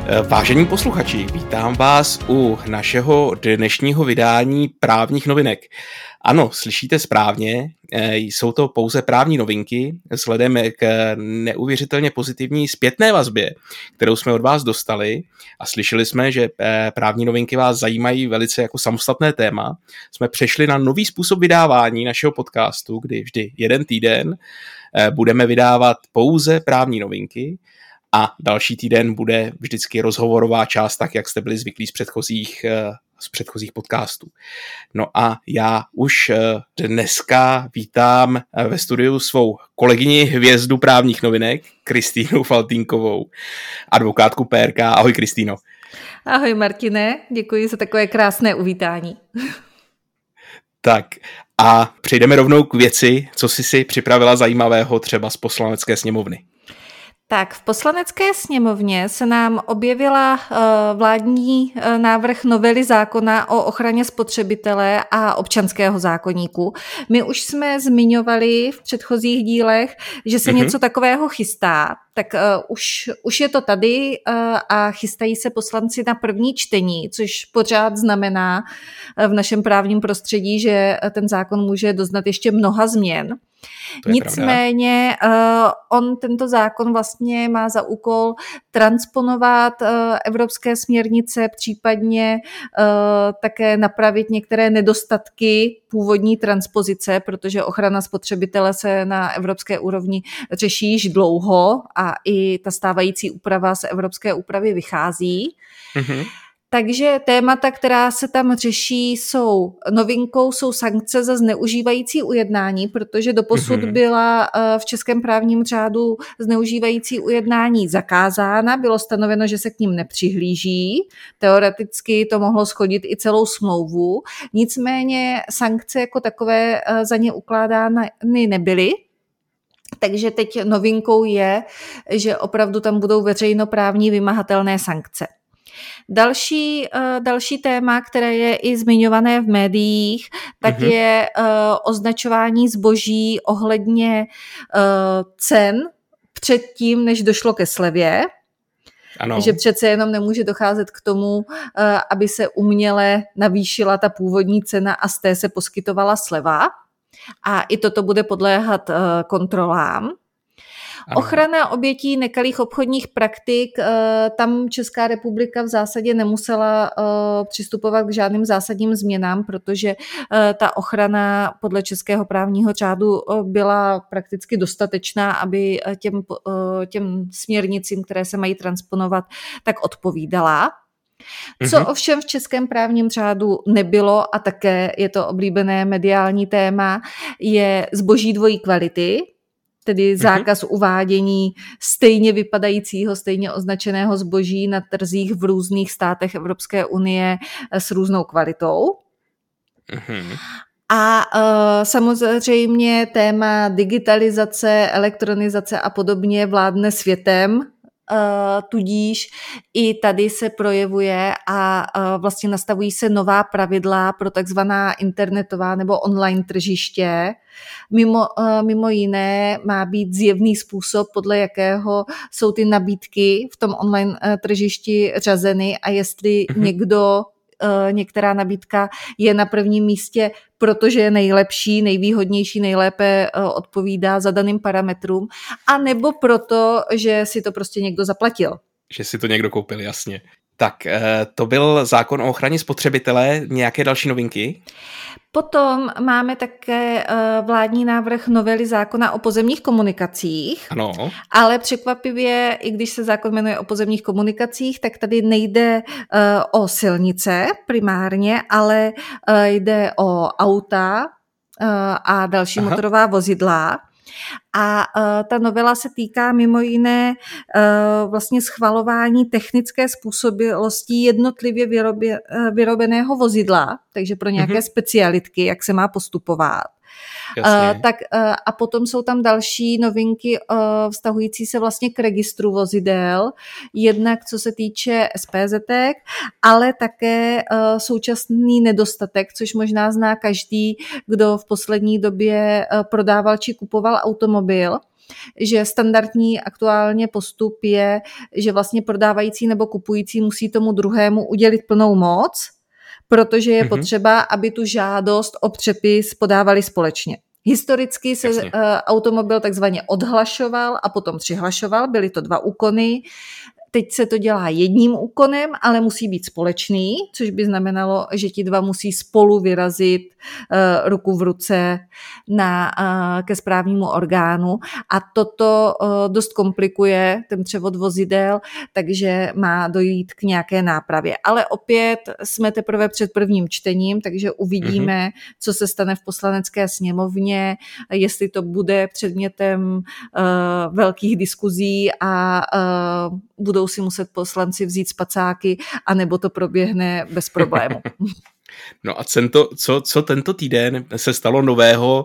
Vážení posluchači, vítám vás u našeho dnešního vydání právních novinek. Ano, slyšíte správně, jsou to pouze právní novinky vzhledem k neuvěřitelně pozitivní zpětné vazbě, kterou jsme od vás dostali a slyšeli jsme, že právní novinky vás zajímají velice jako samostatné téma. Jsme přešli na nový způsob vydávání našeho podcastu, kdy vždy jeden týden budeme vydávat pouze právní novinky a další týden bude vždycky rozhovorová část, tak jak jste byli zvyklí z předchozích podcastů. No a já už dneska vítám ve studiu svou kolegyni hvězdu právních novinek, Kristýnu Faltýnkovou, advokátku PRK. Ahoj Kristýno. Ahoj Martine, děkuji za takové krásné uvítání. Tak a přejdeme rovnou k věci, co jsi si připravila zajímavého třeba z Poslanecké sněmovny. Tak v Poslanecké sněmovně se nám objevila vládní návrh novely zákona o ochraně spotřebitele a občanského zákoníku. My už jsme zmiňovali v předchozích dílech, že se něco takového chystá, tak už je to tady a chystají se poslanci na první čtení, což pořád znamená v našem právním prostředí, že ten zákon může doznat ještě mnoha změn. Nicméně tento zákon vlastně má za úkol transponovat evropské směrnice, případně také napravit některé nedostatky původní transpozice, protože ochrana spotřebitele se na evropské úrovni řeší již dlouho a i ta stávající úprava z evropské úpravy vychází. Takže témata, která se tam řeší, jsou sankce za zneužívající ujednání, protože doposud byla v českém právním řádu zneužívající ujednání zakázána, bylo stanoveno, že se k ním nepřihlíží, teoreticky to mohlo shodit i celou smlouvu, nicméně sankce jako takové za ně ukládány nebyly. Takže teď novinkou je, že opravdu tam budou veřejnoprávní vymahatelné sankce. Další téma, které je i zmiňované v médiích, tak je označování zboží ohledně cen předtím, než došlo ke slevě. Ano. Že přece jenom nemůže docházet k tomu, aby se uměle navýšila ta původní cena a z té se poskytovala sleva. A i toto bude podléhat kontrolám. Ano. Ochrana obětí nekalých obchodních praktik, tam Česká republika v zásadě nemusela přistupovat k žádným zásadním změnám, protože ta ochrana podle českého právního řádu byla prakticky dostatečná, aby těm směrnicím, které se mají transponovat, tak odpovídala. Co ovšem v českém právním řádu nebylo, a také je to oblíbené mediální téma, je zboží dvojí kvality, tedy zákaz uvádění stejně vypadajícího, stejně označeného zboží na trzích v různých státech Evropské unie s různou kvalitou. A samozřejmě téma digitalizace, elektronizace a podobně vládne světem, tudíž i tady se projevuje a vlastně nastavují se nová pravidla pro takzvaná internetová nebo online tržiště. Mimo jiné má být zjevný způsob, podle jakého jsou ty nabídky v tom online tržišti řazeny a jestli některá nabídka je na prvním místě, protože je nejlepší, nejvýhodnější, nejlépe odpovídá zadaným parametrům, a nebo proto, že si to prostě někdo zaplatil. Že si to někdo koupil, jasně. Tak, to byl zákon o ochraně spotřebitele. Nějaké další novinky? Potom máme také vládní návrh novely zákona o pozemních komunikacích. Ano. Ale překvapivě, i když se zákon jmenuje o pozemních komunikacích, tak tady nejde o silnice primárně, ale jde o auta a další motorová vozidla. A ta novela se týká mimo jiné vlastně schvalování technické způsobilosti jednotlivě vyrobeného vozidla, takže pro nějaké specialitky, jak se má postupovat. A potom jsou tam další novinky vztahující se vlastně k registru vozidel, jednak co se týče SPZ, ale také současný nedostatek, což možná zná každý, kdo v poslední době prodával či kupoval automobil, že standardní aktuálně postup je, že vlastně prodávající nebo kupující musí tomu druhému udělit plnou moc, protože je potřeba, aby tu žádost o přepis podávali společně. Historicky se automobil takzvaně odhlašoval a potom přihlašoval, byly to 2 úkony. Teď se to dělá jedním úkonem, ale musí být společný, což by znamenalo, že ti 2 musí spolu vyrazit ruku v ruce ke správnímu orgánu a toto dost komplikuje ten převod vozidel, takže má dojít k nějaké nápravě. Ale opět jsme teprve před prvním čtením, takže uvidíme, co se stane v Poslanecké sněmovně, jestli to bude předmětem velkých diskuzí a budou si muset poslanci vzít spacáky, anebo to proběhne bez problému. No a co tento týden se stalo nového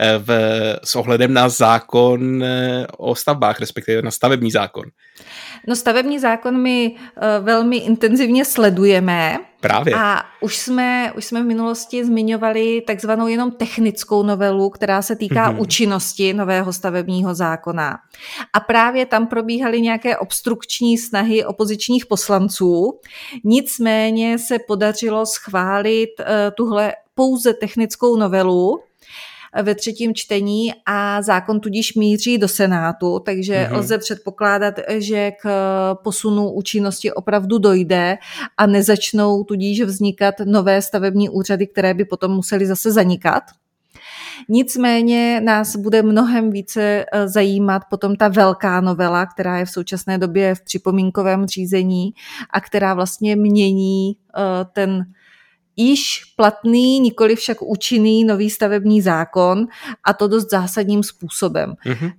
s ohledem na zákon o stavbách, respektive na stavební zákon? No stavební zákon my velmi intenzivně sledujeme. Právě. A už jsme v minulosti zmiňovali takzvanou jenom technickou novelu, která se týká účinnosti nového stavebního zákona. A právě tam probíhaly nějaké obstrukční snahy opozičních poslanců. Nicméně se podařilo schválit tuhle pouze technickou novelu ve 3. čtení a zákon tudíž míří do Senátu, takže lze předpokládat, že k posunu účinnosti opravdu dojde a nezačnou tudíž vznikat nové stavební úřady, které by potom musely zase zanikat. Nicméně nás bude mnohem více zajímat potom ta velká novela, která je v současné době v připomínkovém řízení a která vlastně mění ten již platný, nikoli však účinný nový stavební zákon a to dost zásadním způsobem.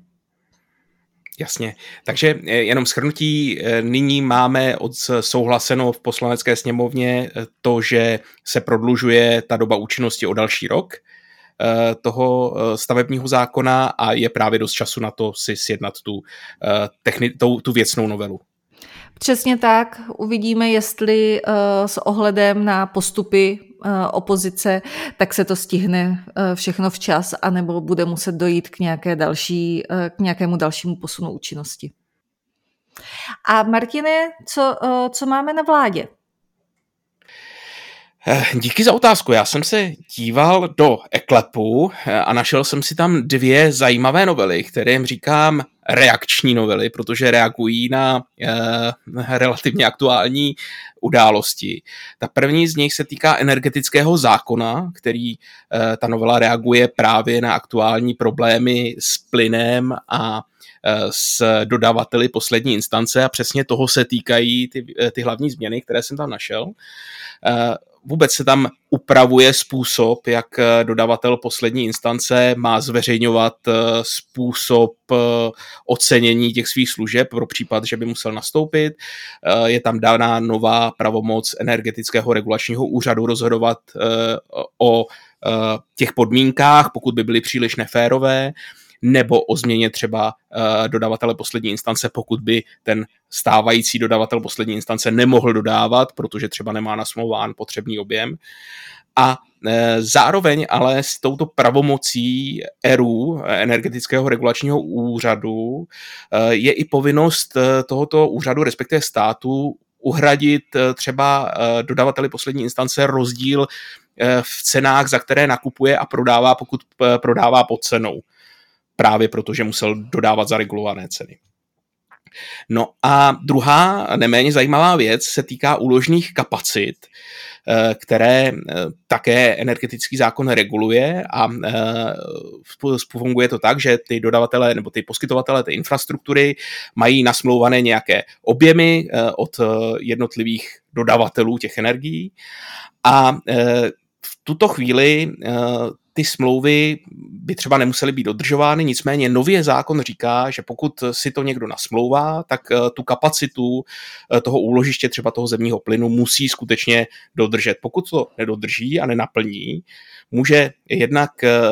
Jasně. Takže jenom shrnutí, nyní máme souhlaseno v Poslanecké sněmovně to, že se prodlužuje ta doba účinnosti o další rok toho stavebního zákona a je právě dost času na to si sjednat tu věcnou novelu. Přesně tak. Uvidíme, jestli s ohledem na postupy opozice, tak se to stihne všechno včas, anebo bude muset dojít k nějakému dalšímu posunu účinnosti. A Martine, co máme na vládě? Díky za otázku. Já jsem se díval do eKLEPu a našel jsem si tam 2 zajímavé novely, kterým říkám reakční novely, protože reagují na relativně aktuální události. Ta první z nich se týká energetického zákona, který ta novela reaguje právě na aktuální problémy s plynem a s dodavateli poslední instance a přesně toho se týkají ty hlavní změny, které jsem tam našel. Vůbec se tam upravuje způsob, jak dodavatel poslední instance má zveřejňovat způsob ocenění těch svých služeb pro případ, že by musel nastoupit. Je tam dána nová pravomoc energetického regulačního úřadu rozhodovat o těch podmínkách, pokud by byly příliš neférové, nebo o změně třeba dodavatele poslední instance, pokud by ten stávající dodavatel poslední instance nemohl dodávat, protože třeba nemá nasmlouván potřebný objem. A zároveň ale s touto pravomocí ERÚ, energetického regulačního úřadu, je i povinnost tohoto úřadu, respektive státu, uhradit třeba dodavateli poslední instance rozdíl v cenách, za které nakupuje a prodává, pokud prodává pod cenou. Právě protože musel dodávat za regulované ceny. No a druhá neméně zajímavá věc se týká úložných kapacit, které také energetický zákon reguluje a funguje to tak, že ty dodavatelé nebo ty poskytovatelé té infrastruktury mají nasmlouvané nějaké objemy od jednotlivých dodavatelů těch energií a v tuto chvíli ty smlouvy by třeba nemusely být dodržovány, nicméně nově zákon říká, že pokud si to někdo nasmlouvá, tak tu kapacitu toho úložiště, třeba toho zemního plynu, musí skutečně dodržet. Pokud to nedodrží a nenaplní, může jednak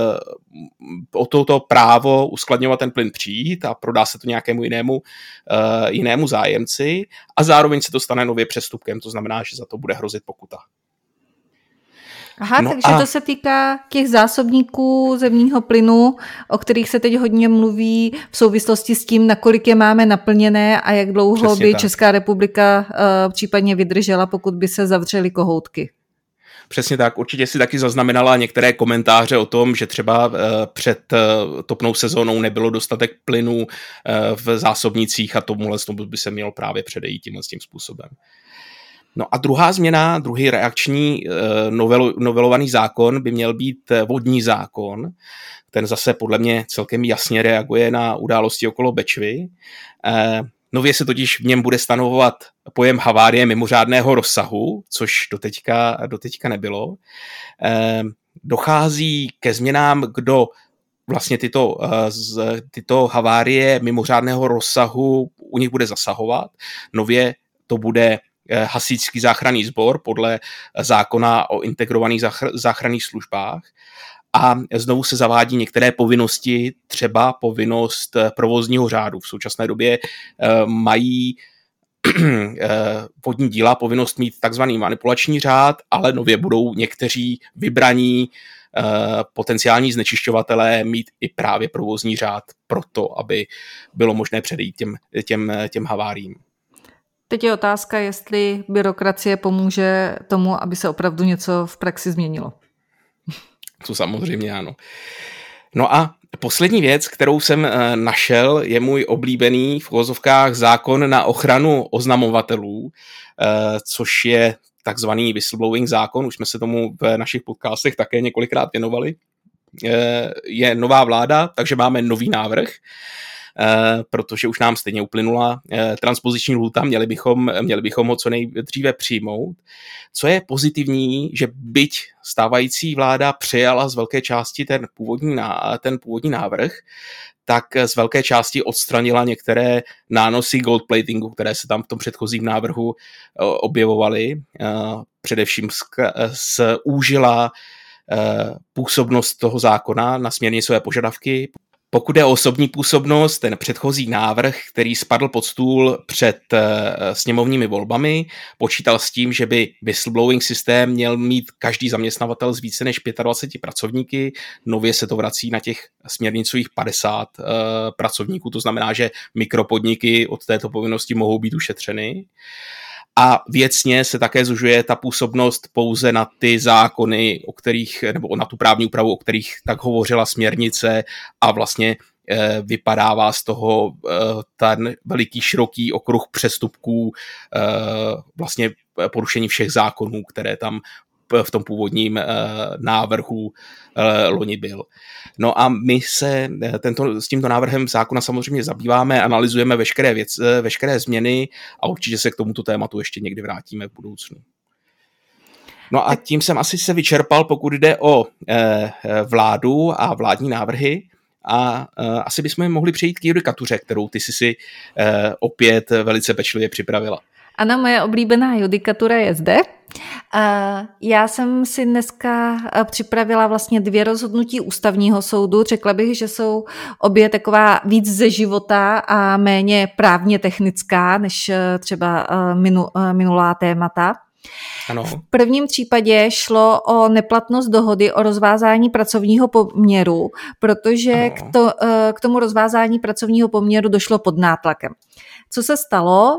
o toto právo uskladňovat ten plyn přijít a prodá se to nějakému jinému zájemci a zároveň se to stane nově přestupkem, to znamená, že za to bude hrozit pokuta. Aha, No takže a to se týká těch zásobníků zemního plynu, o kterých se teď hodně mluví v souvislosti s tím, nakolik je máme naplněné a jak dlouho přesně by tak. Česká republika případně vydržela, pokud by se zavřely kohoutky. Přesně tak, určitě si taky zaznamenala některé komentáře o tom, že třeba před topnou sezónou nebylo dostatek plynu v zásobnicích a tomuhle by se mělo právě předejít tím způsobem. No a druhá změna, druhý reakční novelovaný zákon by měl být vodní zákon. Ten zase podle mě celkem jasně reaguje na události okolo Bečvy. Nově se totiž v něm bude stanovovat pojem havárie mimořádného rozsahu, což doteďka nebylo. Dochází ke změnám, kdo vlastně tyto havárie mimořádného rozsahu u nich bude zasahovat. Nově to bude hasičský záchranný sbor podle zákona o integrovaných záchranných službách. A znovu se zavádí některé povinnosti, třeba povinnost provozního řádu. V současné době mají vodní díla povinnost mít takzvaný manipulační řád, ale nově budou někteří vybraní potenciální znečišťovatelé mít i právě provozní řád proto, aby bylo možné předejít těm haváriím. Teď je otázka, jestli byrokracie pomůže tomu, aby se opravdu něco v praxi změnilo. To samozřejmě ano. No a poslední věc, kterou jsem našel, je můj oblíbený v uvozovkách zákon na ochranu oznamovatelů, což je takzvaný whistleblowing zákon, už jsme se tomu v našich podcastech také několikrát věnovali. Je nová vláda, takže máme nový návrh, protože už nám stejně uplynula transpoziční lhůta, měli bychom ho co nejdříve přijmout. Co je pozitivní, že byť stávající vláda přijala z velké části ten původní návrh, tak z velké části odstranila některé nánosy goldplatingu, které se tam v tom předchozím návrhu objevovaly. Především zúžila působnost toho zákona na směrnicové požadavky. Pokud je o osobní působnost, ten předchozí návrh, který spadl pod stůl před sněmovními volbami, počítal s tím, že by whistleblowing systém měl mít každý zaměstnavatel z více než 25 pracovníky. Nově se to vrací na těch směrnicových 50 pracovníků, to znamená, že mikropodniky od této povinnosti mohou být ušetřeny. A věcně se také zužuje ta působnost pouze na ty zákony, o kterých, nebo na tu právní úpravu, o kterých tak hovořila směrnice, a vlastně vypadává z toho ten veliký, široký okruh přestupků, vlastně porušení všech zákonů, které tam v tom původním návrhu loni byl. No a my se s tímto návrhem zákona samozřejmě zabýváme, analyzujeme veškeré změny a určitě se k tomuto tématu ještě někdy vrátíme v budoucnu. No a tím jsem asi se vyčerpal, pokud jde o vládu a vládní návrhy, a asi bychom mohli přejít k judikatuře, kterou ty jsi opět velice pečlivě připravila. Ano, moje oblíbená judikatura je zde. Já jsem si dneska připravila vlastně 2 rozhodnutí ústavního soudu. Řekla bych, že jsou obě taková víc ze života a méně právně technická, než třeba minulá témata. Ano. V prvním případě šlo o neplatnost dohody o rozvázání pracovního poměru, protože k tomu rozvázání pracovního poměru došlo pod nátlakem. Co se stalo?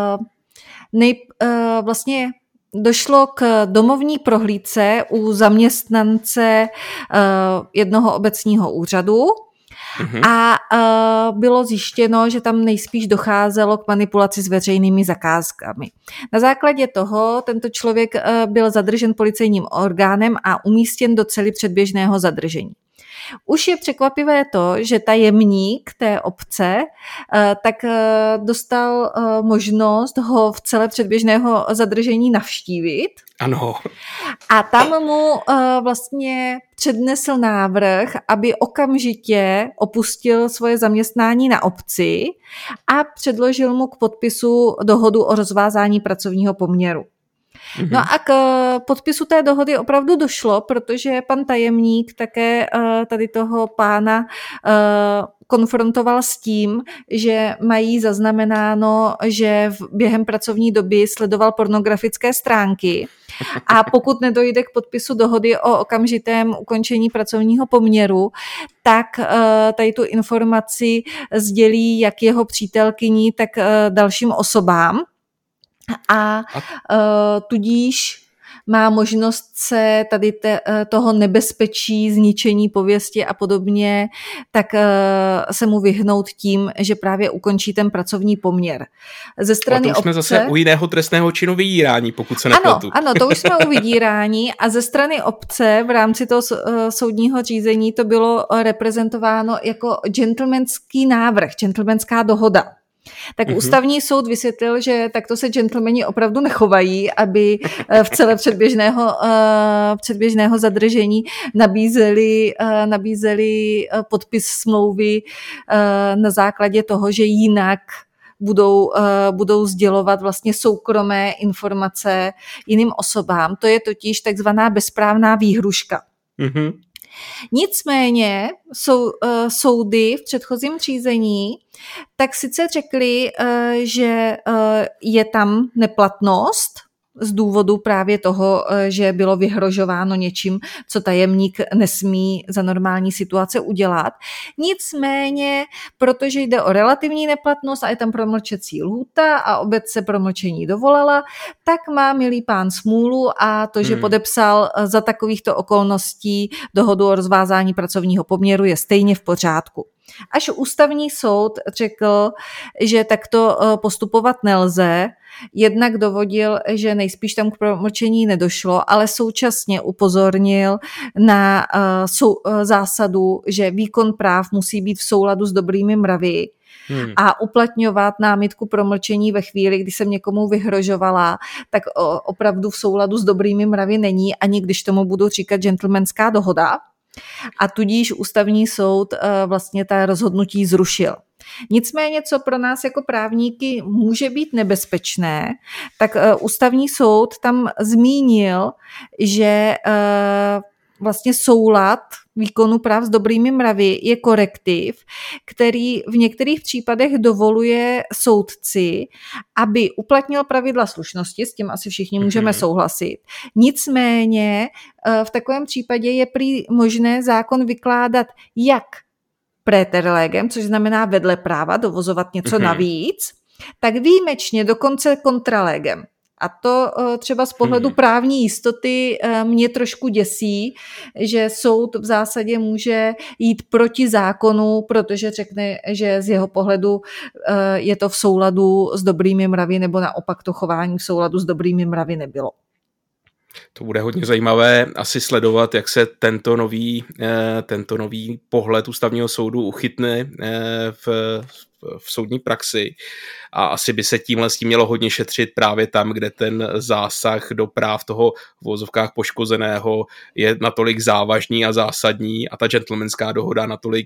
Vlastně došlo k domovní prohlídce u zaměstnance jednoho obecního úřadu a bylo zjištěno, že tam nejspíš docházelo k manipulaci s veřejnými zakázkami. Na základě toho tento člověk byl zadržen policejním orgánem a umístěn do cely předběžného zadržení. Už je překvapivé to, že tajemník té obce tak dostal možnost ho v celé předběžného zadržení navštívit. Ano. A tam mu vlastně přednesl návrh, aby okamžitě opustil svoje zaměstnání na obci a předložil mu k podpisu dohodu o rozvázání pracovního poměru. No a k podpisu té dohody opravdu došlo, protože pan tajemník také tady toho pána konfrontoval s tím, že mají zaznamenáno, že během pracovní doby sledoval pornografické stránky a pokud nedojde k podpisu dohody o okamžitém ukončení pracovního poměru, tak tady tu informaci sdělí jak jeho přítelkyni, tak dalším osobám a tudíž má možnost se tady toho nebezpečí, zničení pověsti a podobně, tak se mu vyhnout tím, že právě ukončí ten pracovní poměr. Ze strany to už jsme zase u jiného trestného činu vydírání, pokud se nepletu. Ano, to už jsme u vydírání a ze strany obce v rámci toho soudního řízení to bylo reprezentováno jako gentlemanský návrh, gentlemanská dohoda. Tak ústavní soud vysvětlil, že takto se gentlemani opravdu nechovají, aby v celé předběžného zadržení nabízeli podpis smlouvy na základě toho, že jinak budou sdělovat vlastně soukromé informace jiným osobám. To je totiž takzvaná bezprávná výhruška. Mm-hmm. Nicméně soudy v předchozím řízení tak sice řekli, že je tam neplatnost z důvodu právě toho, že bylo vyhrožováno něčím, co tajemník nesmí za normální situace udělat. Nicméně, protože jde o relativní neplatnost a je tam promlčecí lhůta a obec se promlčení dovolala, tak má milý pán smůlu a to, že podepsal za takovýchto okolností dohodu o rozvázání pracovního poměru, je stejně v pořádku. Až ústavní soud řekl, že takto postupovat nelze, jednak dovodil, že nejspíš tam k promlčení nedošlo, ale současně upozornil na zásadu, že výkon práv musí být v souladu s dobrými mravy a uplatňovat námitku promlčení ve chvíli, kdy jsem někomu vyhrožovala, tak opravdu v souladu s dobrými mravy není, ani když tomu budu říkat gentlemanská dohoda. A tudíž ústavní soud vlastně ta rozhodnutí zrušil. Nicméně, co pro nás jako právníky může být nebezpečné, tak ústavní soud tam zmínil, že vlastně soulad výkonu práv s dobrými mravy je korektiv, který v některých případech dovoluje soudci, aby uplatnil pravidla slušnosti, s tím asi všichni můžeme souhlasit. Nicméně v takovém případě je prý možné zákon vykládat jak praeter legem, což znamená vedle práva dovozovat něco navíc, tak výjimečně dokonce contra legem. A to třeba z pohledu právní jistoty mě trošku děsí, že soud v zásadě může jít proti zákonu, protože řekne, že z jeho pohledu je to v souladu s dobrými mravy, nebo naopak to chování v souladu s dobrými mravy nebylo. To bude hodně zajímavé asi sledovat, jak se tento nový pohled ústavního soudu uchytne v soudní praxi. A asi by se tímhle s tím mělo hodně šetřit právě tam, kde ten zásah do práv toho v uvozovkách poškozeného je natolik závažný a zásadní a ta gentlemanská dohoda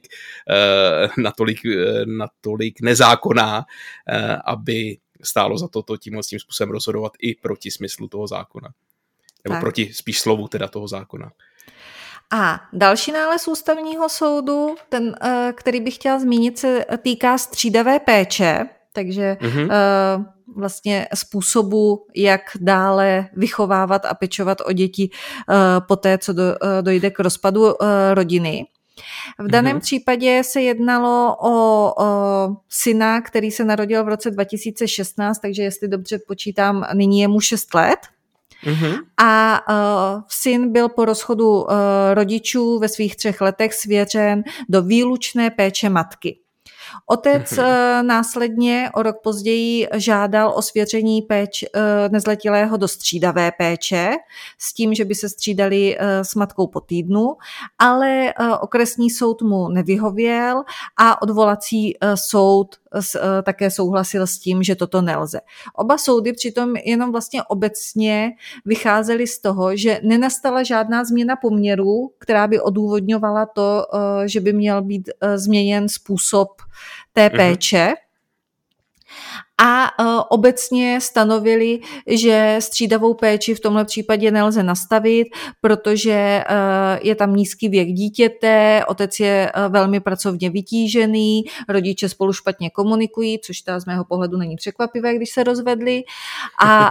natolik nezákonná, aby stálo za to tímhle s tím způsobem rozhodovat i proti smyslu toho zákona. Nebo proti spíš slovu teda toho zákona. A další nález ústavního soudu, ten, který bych chtěla zmínit, se týká střídavé péče, takže vlastně způsobu, jak dále vychovávat a pečovat o děti poté, co dojde k rozpadu rodiny. V daném případě se jednalo o syna, který se narodil v roce 2016, takže jestli dobře počítám, nyní je mu 6 let. A syn byl po rozchodu rodičů ve svých 3 letech svěřen do výlučné péče matky. Otec následně o rok později žádal o svěření nezletilého do střídavé péče s tím, že by se střídali s matkou po týdnu, ale okresní soud mu nevyhověl a odvolací soud také souhlasil s tím, že toto nelze. Oba soudy přitom jenom vlastně obecně vycházely z toho, že nenastala žádná změna poměru, která by odůvodňovala to, že by měl být změněn způsob té péče. A obecně stanovili, že střídavou péči v tomhle případě nelze nastavit, protože je tam nízký věk dítěte, otec je velmi pracovně vytížený, rodiče spolu špatně komunikují, což teda z mého pohledu není překvapivé, když se rozvedli, a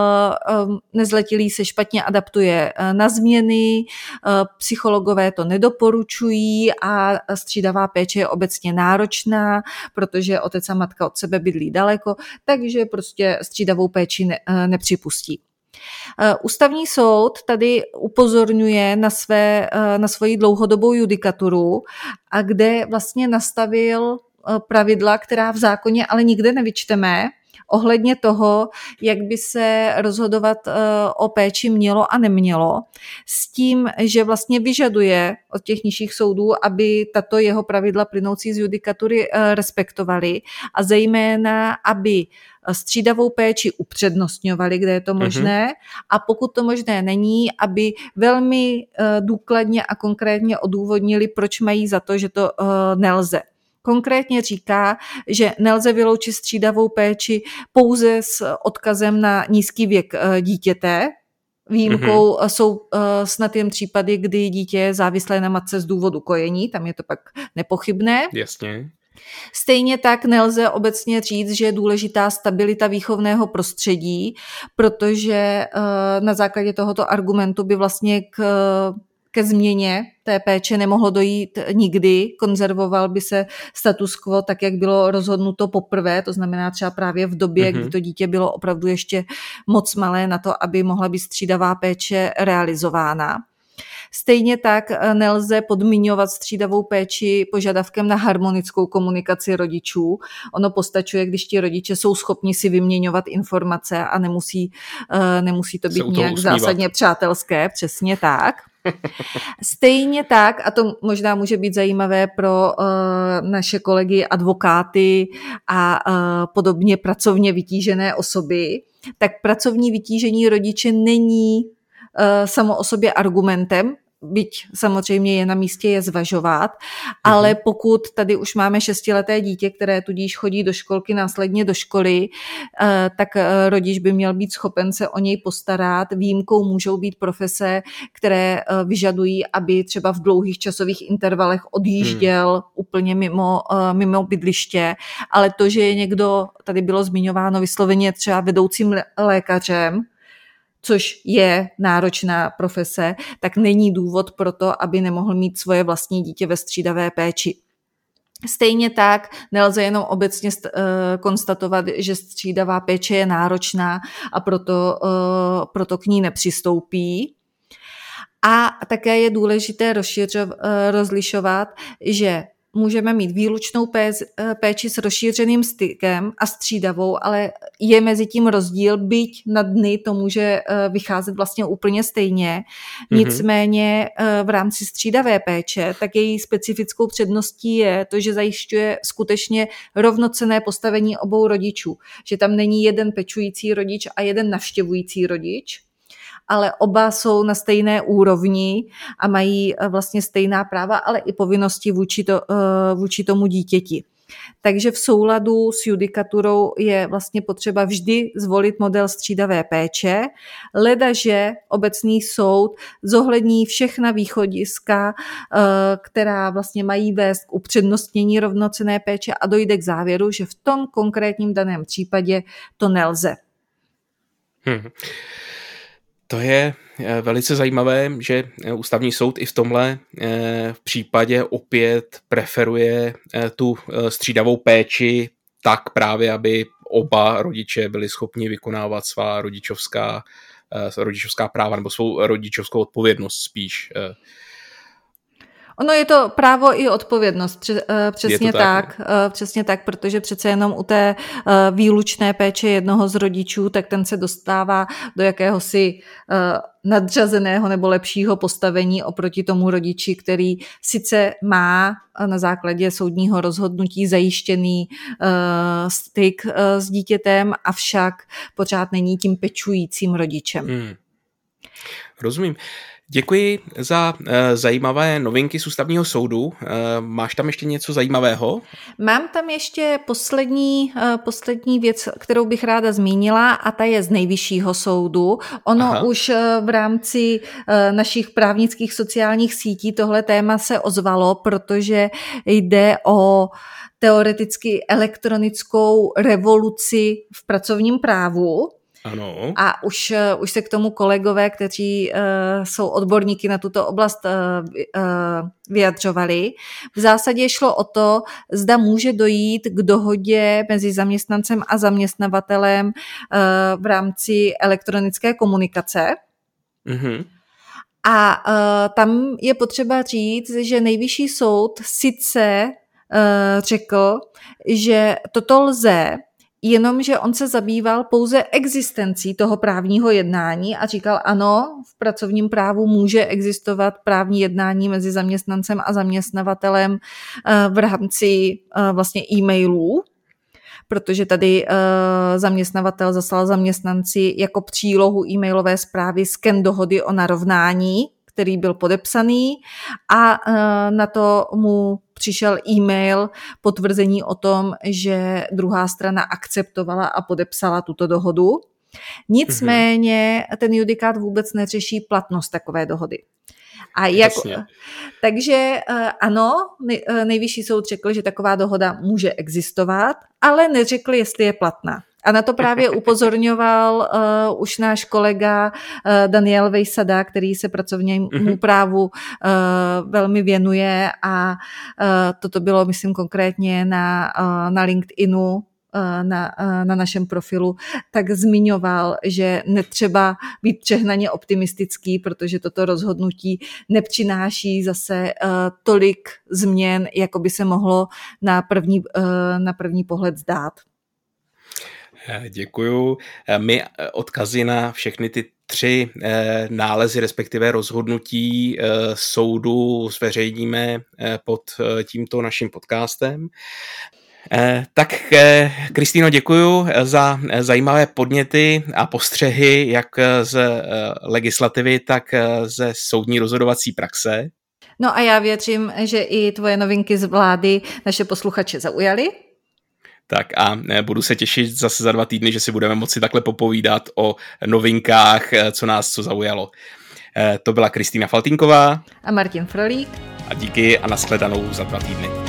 nezletilý se špatně adaptuje na změny, psychologové to nedoporučují a střídavá péče je obecně náročná, protože otec a matka od sebe bydlí daleko, takže prostě střídavou péči nepřipustí. Ústavní soud tady upozorňuje na svoji dlouhodobou judikaturu, a kde vlastně nastavil pravidla, která v zákoně ale nikde nevyčteme, ohledně toho, jak by se rozhodovat o péči mělo a nemělo, s tím, že vlastně vyžaduje od těch nižších soudů, aby tato jeho pravidla plynoucí z judikatury respektovali a zejména, aby střídavou péči upřednostňovali, kde je to možné, a pokud to možné není, aby velmi důkladně a konkrétně odůvodnili, proč mají za to, že to nelze. Konkrétně říká, že nelze vyloučit střídavou péči pouze s odkazem na nízký věk dítěte. Výjimkou jsou snad jen případy, kdy dítě je závislé na matce z důvodu kojení, tam je to pak nepochybné. Jasně. Stejně tak nelze obecně říct, že je důležitá stabilita výchovného prostředí, protože na základě tohoto argumentu by vlastně ke změně té péče nemohlo dojít nikdy, konzervoval by se status quo tak, jak bylo rozhodnuto poprvé, to znamená třeba právě v době, kdy to dítě bylo opravdu ještě moc malé na to, aby mohla být střídavá péče realizována. Stejně tak nelze podmiňovat střídavou péči požadavkem na harmonickou komunikaci rodičů. Ono postačuje, když ti rodiče jsou schopni si vyměňovat informace a nemusí to být nějak zásadně přátelské, přesně tak. Stejně tak, a to možná může být zajímavé pro naše kolegy advokáty a podobně pracovně vytížené osoby, tak pracovní vytížení rodiče není samo o sobě argumentem, byť samozřejmě je na místě je zvažovat, ale pokud tady už máme 6leté dítě, které tudíž chodí do školky, následně do školy, tak rodič by měl být schopen se o něj postarat. Výjimkou můžou být profese, které vyžadují, aby třeba v dlouhých časových intervalech odjížděl úplně mimo bydliště, ale to, že je někdo, tady bylo zmiňováno vysloveně třeba vedoucím lékařem, což je náročná profese, tak není důvod pro to, aby nemohl mít svoje vlastní dítě ve střídavé péči. Stejně tak nelze jenom obecně konstatovat, že střídavá péče je náročná a proto k ní nepřistoupí. A také je důležité rozlišovat, že můžeme mít výlučnou péči s rozšířeným stykem a střídavou, ale je mezi tím rozdíl, byť na dny to může vycházet vlastně úplně stejně. Nicméně v rámci střídavé péče, tak její specifickou předností je to, že zajišťuje skutečně rovnocenné postavení obou rodičů. Že tam není jeden pečující rodič a jeden navštěvující rodič, ale oba jsou na stejné úrovni a mají vlastně stejná práva, ale i povinnosti vůči tomu dítěti. Takže v souladu s judikaturou je vlastně potřeba vždy zvolit model střídavé péče, ledaže obecný soud zohlední všechna východiska, která vlastně mají vést k upřednostnění rovnocenné péče a dojde k závěru, že v tom konkrétním daném případě to nelze. To je velice zajímavé, že ústavní soud i v tomhle v případě opět preferuje tu střídavou péči tak právě, aby oba rodiče byli schopni vykonávat svá rodičovská práva nebo svou rodičovskou odpovědnost spíš. Ono je to právo i odpovědnost, přesně tak, přesně tak, protože přece jenom u té výlučné péče jednoho z rodičů, tak ten se dostává do jakéhosi nadřazeného nebo lepšího postavení oproti tomu rodiči, který sice má na základě soudního rozhodnutí zajištěný styk s dítětem, avšak pořád není tím pečujícím rodičem. Rozumím. Děkuji za zajímavé novinky z Ústavního soudu. Máš tam ještě něco zajímavého? Mám tam ještě poslední věc, kterou bych ráda zmínila, a ta je z Nejvyššího soudu. Ono už v rámci našich právnických sociálních sítí tohle téma se ozvalo, protože jde o teoreticky elektronickou revoluci v pracovním právu. Ano. A už se k tomu kolegové, kteří jsou odborníky na tuto oblast, vyjadřovali. V zásadě šlo o to, zda může dojít k dohodě mezi zaměstnancem a zaměstnavatelem v rámci elektronické komunikace. Mhm. A tam je potřeba říct, že Nejvyšší soud sice řekl, že toto lze, jenomže on se zabýval pouze existencí toho právního jednání a říkal, ano, v pracovním právu může existovat právní jednání mezi zaměstnancem a zaměstnavatelem v rámci vlastně e-mailů, protože tady zaměstnavatel zaslal zaměstnanci jako přílohu e-mailové zprávy sken dohody o narovnání, který byl podepsaný, a na to mu přišel e-mail potvrzení o tom, že druhá strana akceptovala a podepsala tuto dohodu. Nicméně ten judikát vůbec neřeší platnost takové dohody. Takže ano, Nejvyšší soud řekl, že taková dohoda může existovat, ale neřekl, jestli je platná. A na to právě upozorňoval už náš kolega Daniel Vejsada, který se pracovnímu právu velmi věnuje, a toto bylo, myslím, konkrétně na LinkedInu, na našem profilu, tak zmiňoval, že netřeba být přehnaně optimistický, protože toto rozhodnutí nepřináší zase tolik změn, jako by se mohlo na první pohled zdát. Děkuju. My odkazy na všechny ty 3 nálezy, respektive rozhodnutí soudu zveřejníme pod tímto naším podcastem. Tak Kristýno, děkuju za zajímavé podněty a postřehy jak z legislativy, tak ze soudní rozhodovací praxe. No a já věřím, že i tvoje novinky z vlády naše posluchače zaujaly. Tak a budu se těšit zase za 2 týdny, že si budeme moci takhle popovídat o novinkách, co zaujalo. To byla Kristýna Faltýnková a Martin Frolík. A díky a nashledanou za 2 týdny.